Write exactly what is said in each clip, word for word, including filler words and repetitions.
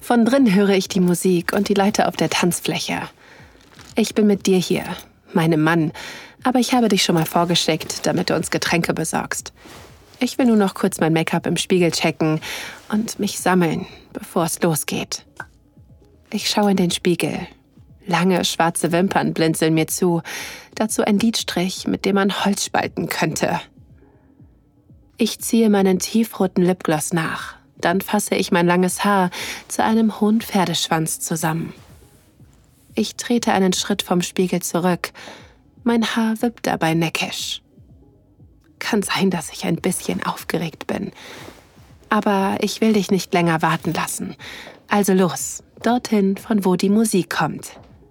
Von drin höre ich die Musik und die Leute auf der Tanzfläche. Ich bin mit dir hier, meinem Mann, aber ich habe dich schon mal vorgeschickt, damit du uns Getränke besorgst. Ich will nur noch kurz mein Make-up im Spiegel checken und mich sammeln, bevor es losgeht. Ich schaue in den Spiegel. Lange schwarze Wimpern blinzeln mir zu, dazu ein Lidstrich, mit dem man Holz spalten könnte. Ich ziehe meinen tiefroten Lipgloss nach, dann fasse ich mein langes Haar zu einem hohen Pferdeschwanz zusammen. Ich trete einen Schritt vom Spiegel zurück, mein Haar wippt dabei neckisch. Kann sein, dass ich ein bisschen aufgeregt bin. Aber ich will dich nicht länger warten lassen. Also los, dorthin, von wo die Musik kommt.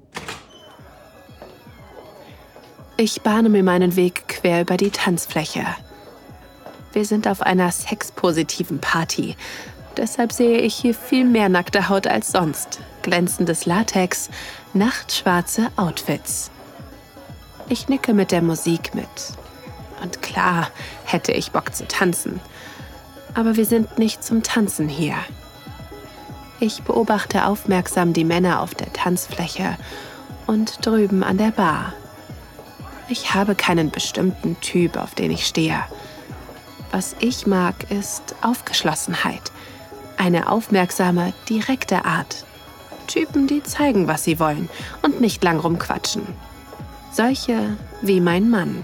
Ich bahne mir meinen Weg quer über die Tanzfläche. Wir sind auf einer sexpositiven Party. Deshalb sehe ich hier viel mehr nackte Haut als sonst. Glänzendes Latex, nachtschwarze Outfits. Ich nicke mit der Musik mit. Und klar hätte ich Bock zu tanzen. Aber wir sind nicht zum Tanzen hier. Ich beobachte aufmerksam die Männer auf der Tanzfläche und drüben an der Bar. Ich habe keinen bestimmten Typ, auf den ich stehe. Was ich mag, ist Aufgeschlossenheit. Eine aufmerksame, direkte Art. Typen, die zeigen, was sie wollen und nicht lang rumquatschen. Solche wie mein Mann.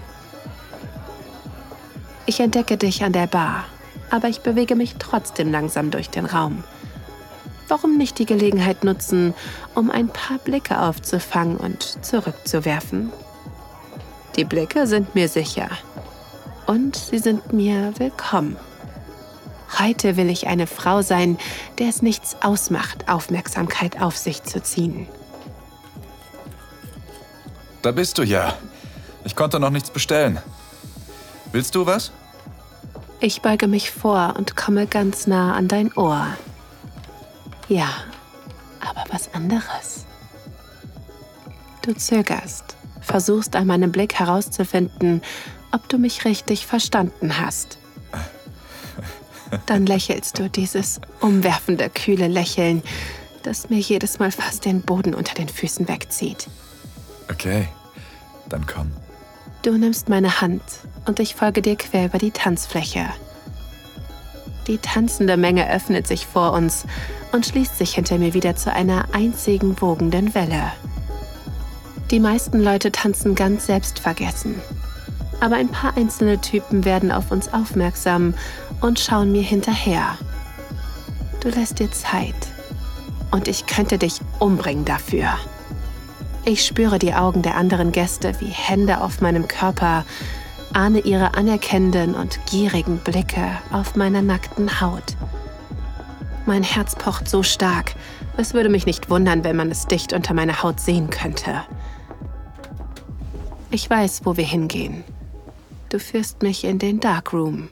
Ich entdecke dich an der Bar, aber ich bewege mich trotzdem langsam durch den Raum. Warum nicht die Gelegenheit nutzen, um ein paar Blicke aufzufangen und zurückzuwerfen? Die Blicke sind mir sicher. Und sie sind mir willkommen. Heute will ich eine Frau sein, der es nichts ausmacht, Aufmerksamkeit auf sich zu ziehen. Da bist du ja. Ich konnte noch nichts bestellen. Willst du was? Ich beuge mich vor und komme ganz nah an dein Ohr. Ja, aber was anderes. Du zögerst, versuchst an meinem Blick herauszufinden, ob du mich richtig verstanden hast. Dann lächelst du, dieses umwerfende, kühle Lächeln, das mir jedes Mal fast den Boden unter den Füßen wegzieht. Okay, dann komm. Du nimmst meine Hand und ich folge dir quer über die Tanzfläche. Die tanzende Menge öffnet sich vor uns und schließt sich hinter mir wieder zu einer einzigen wogenden Welle. Die meisten Leute tanzen ganz selbstvergessen. Aber ein paar einzelne Typen werden auf uns aufmerksam und schauen mir hinterher. Du lässt dir Zeit und ich könnte dich umbringen dafür. Ich spüre die Augen der anderen Gäste wie Hände auf meinem Körper, ahne ihre anerkennenden und gierigen Blicke auf meiner nackten Haut. Mein Herz pocht so stark, es würde mich nicht wundern, wenn man es dicht unter meiner Haut sehen könnte. Ich weiß, wo wir hingehen. Du führst mich in den Darkroom.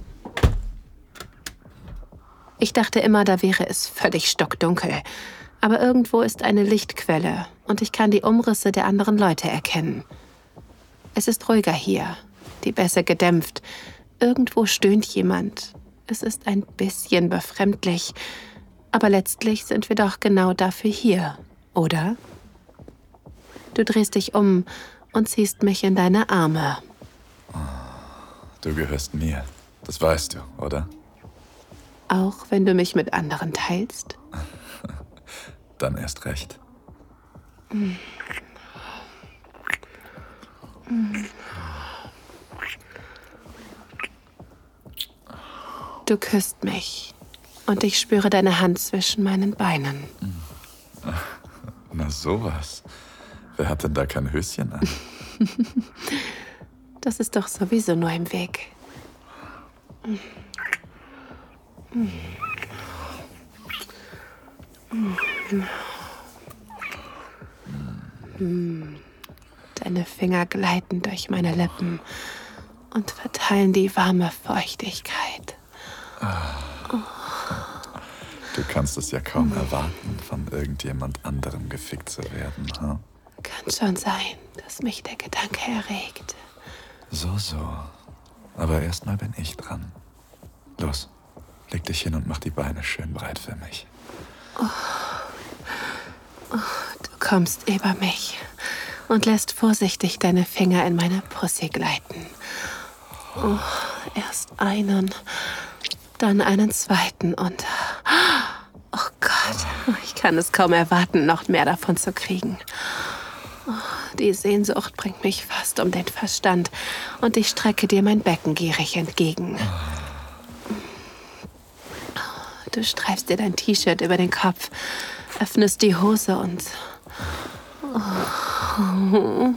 Ich dachte immer, da wäre es völlig stockdunkel. Aber irgendwo ist eine Lichtquelle und ich kann die Umrisse der anderen Leute erkennen. Es ist ruhiger hier, die Bässe gedämpft. Irgendwo stöhnt jemand. Es ist ein bisschen befremdlich. Aber letztlich sind wir doch genau dafür hier, oder? Du drehst dich um und ziehst mich in deine Arme. Du gehörst mir. Das weißt du, oder? Auch wenn du mich mit anderen teilst? Dann erst recht. Du küsst mich und ich spüre deine Hand zwischen meinen Beinen. Na sowas. Wer hat denn da kein Höschen an? Das ist doch sowieso nur im Weg. Deine Finger gleiten durch meine Lippen und verteilen die warme Feuchtigkeit. Du kannst es ja kaum erwarten, von irgendjemand anderem gefickt zu werden, ha? Kann schon sein, dass mich der Gedanke erregt. So, so. Aber erstmal bin ich dran. Los, leg dich hin und mach die Beine schön breit für mich. Oh, du kommst über mich und lässt vorsichtig deine Finger in meine Pussy gleiten. Oh, erst einen, dann einen zweiten und... Oh Gott, ich kann es kaum erwarten, noch mehr davon zu kriegen. Oh, die Sehnsucht bringt mich fast um den Verstand und ich strecke dir mein Becken gierig entgegen. Du streifst dir dein T-Shirt über den Kopf, öffnest die Hose und... Oh.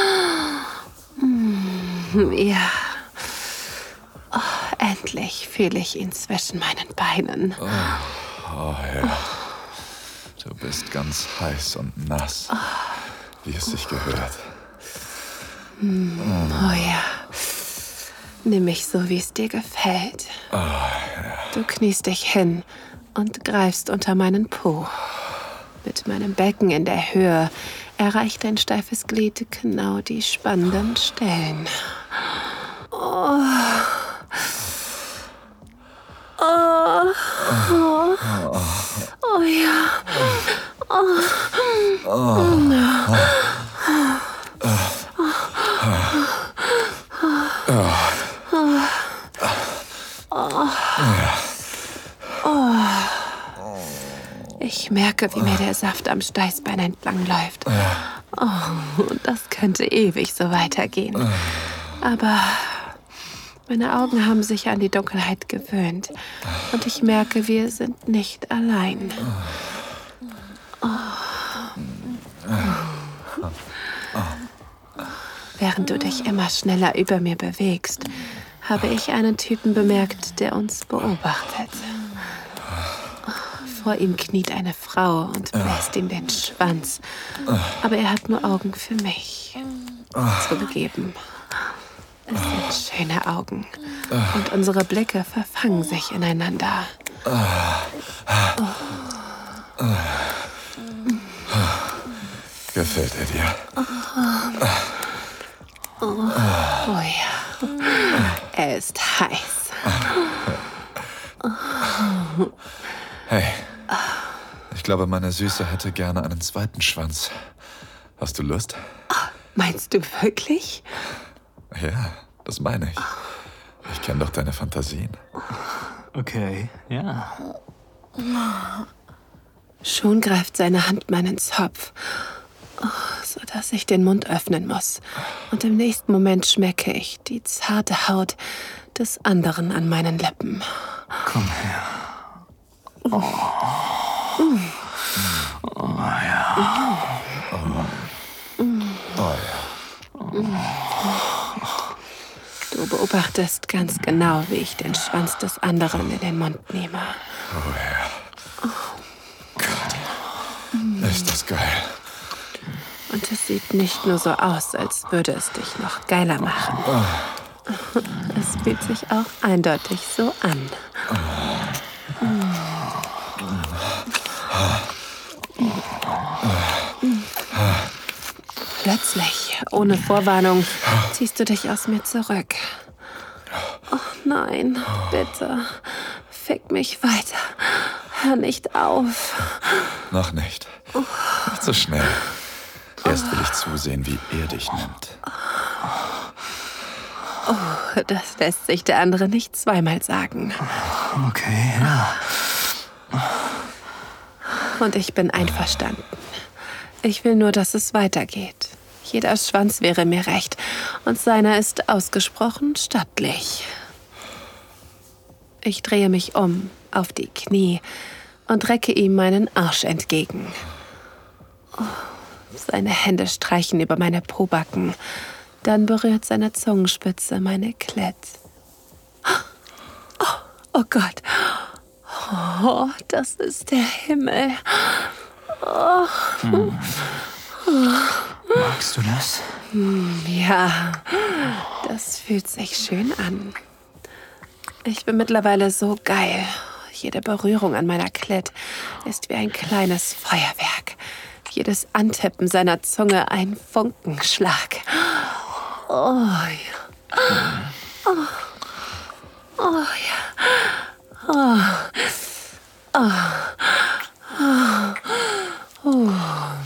Ja. Oh, endlich fühle ich ihn zwischen meinen Beinen. Oh, oh ja. Du bist ganz heiß und nass, wie es sich gehört. Oh ja. Nimm mich so, wie es dir gefällt. Oh, ja. Du kniest dich hin und greifst unter meinen Po. Mit meinem Becken in der Höhe erreicht dein steifes Glied genau die spannenden Stellen. Oh. Oh. Oh. Oh ja. Oh. Ich merke, wie mir der Saft am Steißbein entlang läuft. Oh, das könnte ewig so weitergehen. Aber meine Augen haben sich an die Dunkelheit gewöhnt. Und ich merke, wir sind nicht allein. Oh. Während du dich immer schneller über mir bewegst, habe ich einen Typen bemerkt, der uns beobachtet. Vor ihm kniet eine Frau und bläst ihm den Schwanz. Aber er hat nur Augen für mich. Zugegeben. Es sind schöne Augen. Und unsere Blicke verfangen sich ineinander. Oh. Gefällt er dir? Oh, oh ja. Er ist heiß. Hey, ich glaube, meine Süße hätte gerne einen zweiten Schwanz. Hast du Lust? Meinst du wirklich? Ja, das meine ich. Ich kenne doch deine Fantasien. Okay, ja. Schon greift seine Hand meinen Zopf, oh, sodass ich den Mund öffnen muss. Und im nächsten Moment schmecke ich die zarte Haut des anderen an meinen Lippen. Komm her. Oh, oh ja. Oh, oh ja. Du beobachtest ganz genau, wie ich den Schwanz des anderen in den Mund nehme. Oh ja. Gott, ist das geil. Und es sieht nicht nur so aus, als würde es dich noch geiler machen. Es fühlt sich auch eindeutig so an. Plötzlich, ohne Vorwarnung, ziehst du dich aus mir zurück. Oh nein, bitte, fick mich weiter. Hör nicht auf. Noch nicht. Nicht so schnell. Erst will ich zusehen, wie er dich nimmt. Oh, das lässt sich der andere nicht zweimal sagen. Okay, ja. Und ich bin einverstanden. Ich will nur, dass es weitergeht. Jeder Schwanz wäre mir recht. Und seiner ist ausgesprochen stattlich. Ich drehe mich um, auf die Knie, und recke ihm meinen Arsch entgegen. Oh, seine Hände streichen über meine Pobacken. Dann berührt seine Zungenspitze meine Klett. Oh, oh Gott. Oh, das ist der Himmel. Oh. Hm. Magst du das? Ja, das fühlt sich schön an. Ich bin mittlerweile so geil. Jede Berührung an meiner Klett ist wie ein kleines Feuerwerk. Jedes Antippen seiner Zunge ein Funkenschlag. Oh ja. Oh, oh ja. Oh. Oh. Oh.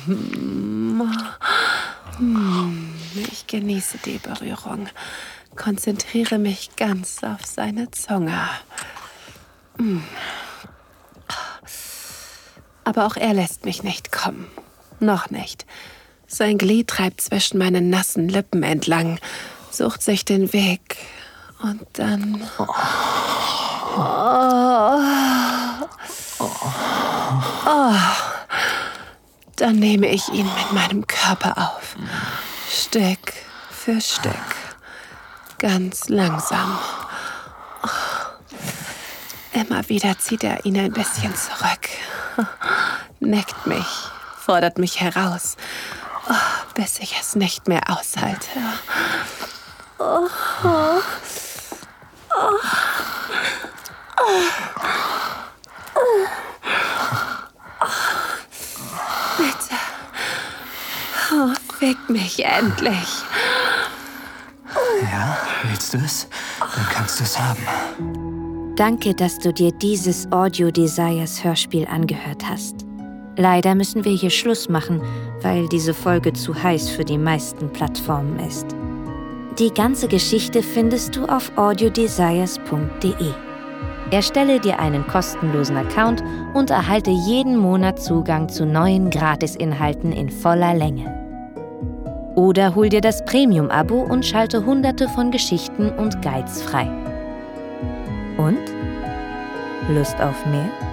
Ich genieße die Berührung, konzentriere mich ganz auf seine Zunge. Aber auch er lässt mich nicht kommen. Noch nicht. Sein Glied treibt zwischen meinen nassen Lippen entlang, sucht sich den Weg und dann... Oh. Oh. Oh. Dann nehme ich ihn mit meinem Körper auf. Stück für Stück. Ganz langsam. Oh. Immer wieder zieht er ihn ein bisschen zurück. Neckt mich, fordert mich heraus, oh, bis ich es nicht mehr aushalte. Oh. Oh. Oh. Bitte. Oh, fick mich endlich. Ja, willst du es? Dann kannst du es haben. Danke, dass du dir dieses Audio Desires Hörspiel angehört hast. Leider müssen wir hier Schluss machen, weil diese Folge zu heiß für die meisten Plattformen ist. Die ganze Geschichte findest du auf audiodesires punkt de. Erstelle dir einen kostenlosen Account und erhalte jeden Monat Zugang zu neuen Gratisinhalten in voller Länge. Oder hol dir das Premium-Abo und schalte hunderte von Geschichten und Guides frei. Und? Lust auf mehr?